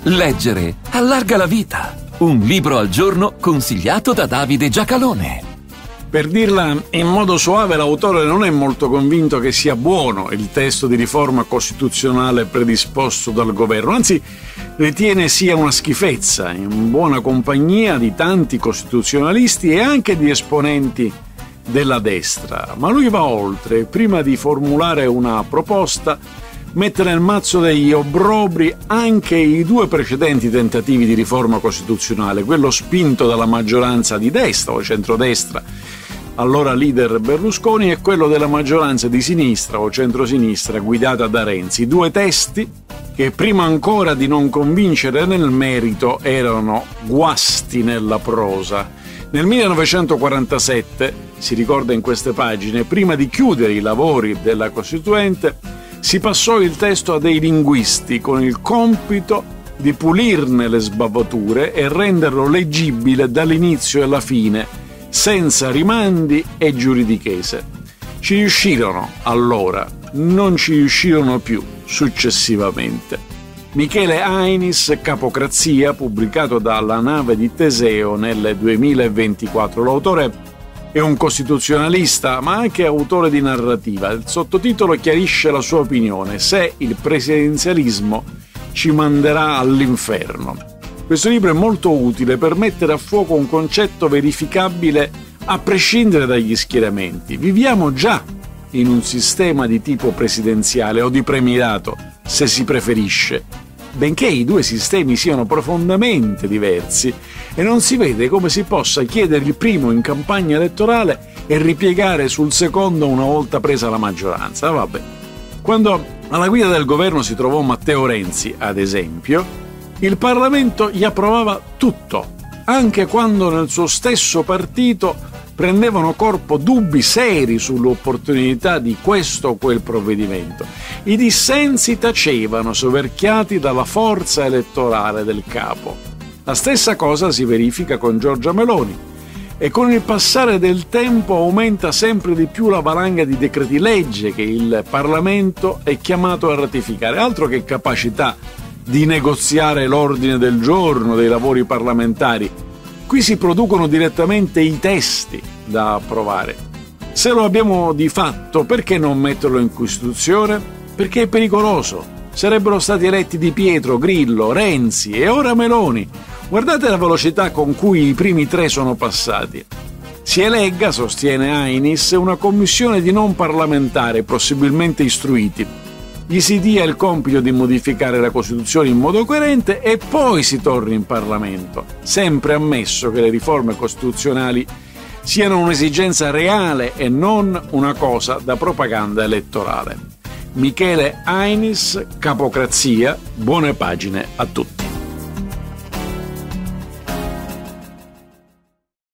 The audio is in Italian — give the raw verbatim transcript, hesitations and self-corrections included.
Leggere allarga la vita. Un libro al giorno consigliato da Davide Giacalone. Per dirla in modo suave, l'autore non è molto convinto che sia buono il testo di riforma costituzionale predisposto dal governo, anzi ritiene sia una schifezza, in buona compagnia di tanti costituzionalisti e anche di esponenti della destra. Ma lui va oltre. Prima di formulare una proposta, mette nel mazzo degli obbrobri anche i due precedenti tentativi di riforma costituzionale, quello spinto dalla maggioranza di destra o centrodestra, allora leader Berlusconi, e quello della maggioranza di sinistra o centrosinistra guidata da Renzi. Due testi che prima ancora di non convincere nel merito erano guasti nella prosa. Nel millenovecentoquarantasette, si ricorda in queste pagine, prima di chiudere i lavori della Costituente, si passò il testo a dei linguisti con il compito di pulirne le sbavature e renderlo leggibile dall'inizio alla fine, senza rimandi e giuridichese. Ci riuscirono allora, non ci riuscirono più successivamente. Michele Ainis, Capocrazia, pubblicato dalla Nave di Teseo nel duemilaventiquattro. L'autore è un costituzionalista, ma anche autore di narrativa. Il sottotitolo chiarisce la sua opinione: se il presidenzialismo ci manderà all'inferno. Questo libro è molto utile per mettere a fuoco un concetto verificabile a prescindere dagli schieramenti. Viviamo già in un sistema di tipo presidenziale o di premierato, se si preferisce, benché i due sistemi siano profondamente diversi, e non si vede come si possa chiedere il primo in campagna elettorale e ripiegare sul secondo una volta presa la maggioranza. Vabbè. Quando alla guida del governo si trovò Matteo Renzi, ad esempio, il Parlamento gli approvava tutto, anche quando nel suo stesso partito prendevano corpo dubbi seri sull'opportunità di questo o quel provvedimento. I dissensi tacevano, soverchiati dalla forza elettorale del capo. La stessa cosa si verifica con Giorgia Meloni, e con il passare del tempo aumenta sempre di più la valanga di decreti legge che il Parlamento è chiamato a ratificare. Altro che capacità di negoziare l'ordine del giorno dei lavori parlamentari. Qui si producono direttamente i testi da approvare. Se lo abbiamo di fatto, perché non metterlo in Costituzione? Perché è pericoloso. Sarebbero stati eletti Di Pietro, Grillo, Renzi e ora Meloni. Guardate la velocità con cui i primi tre sono passati. Si elegga, sostiene Ainis, una commissione di non parlamentari, possibilmente istruiti. Gli si dia il compito di modificare la Costituzione in modo coerente e poi si torni in Parlamento, sempre ammesso che le riforme costituzionali siano un'esigenza reale e non una cosa da propaganda elettorale. Michele Ainis, Capocrazia, buone pagine a tutti.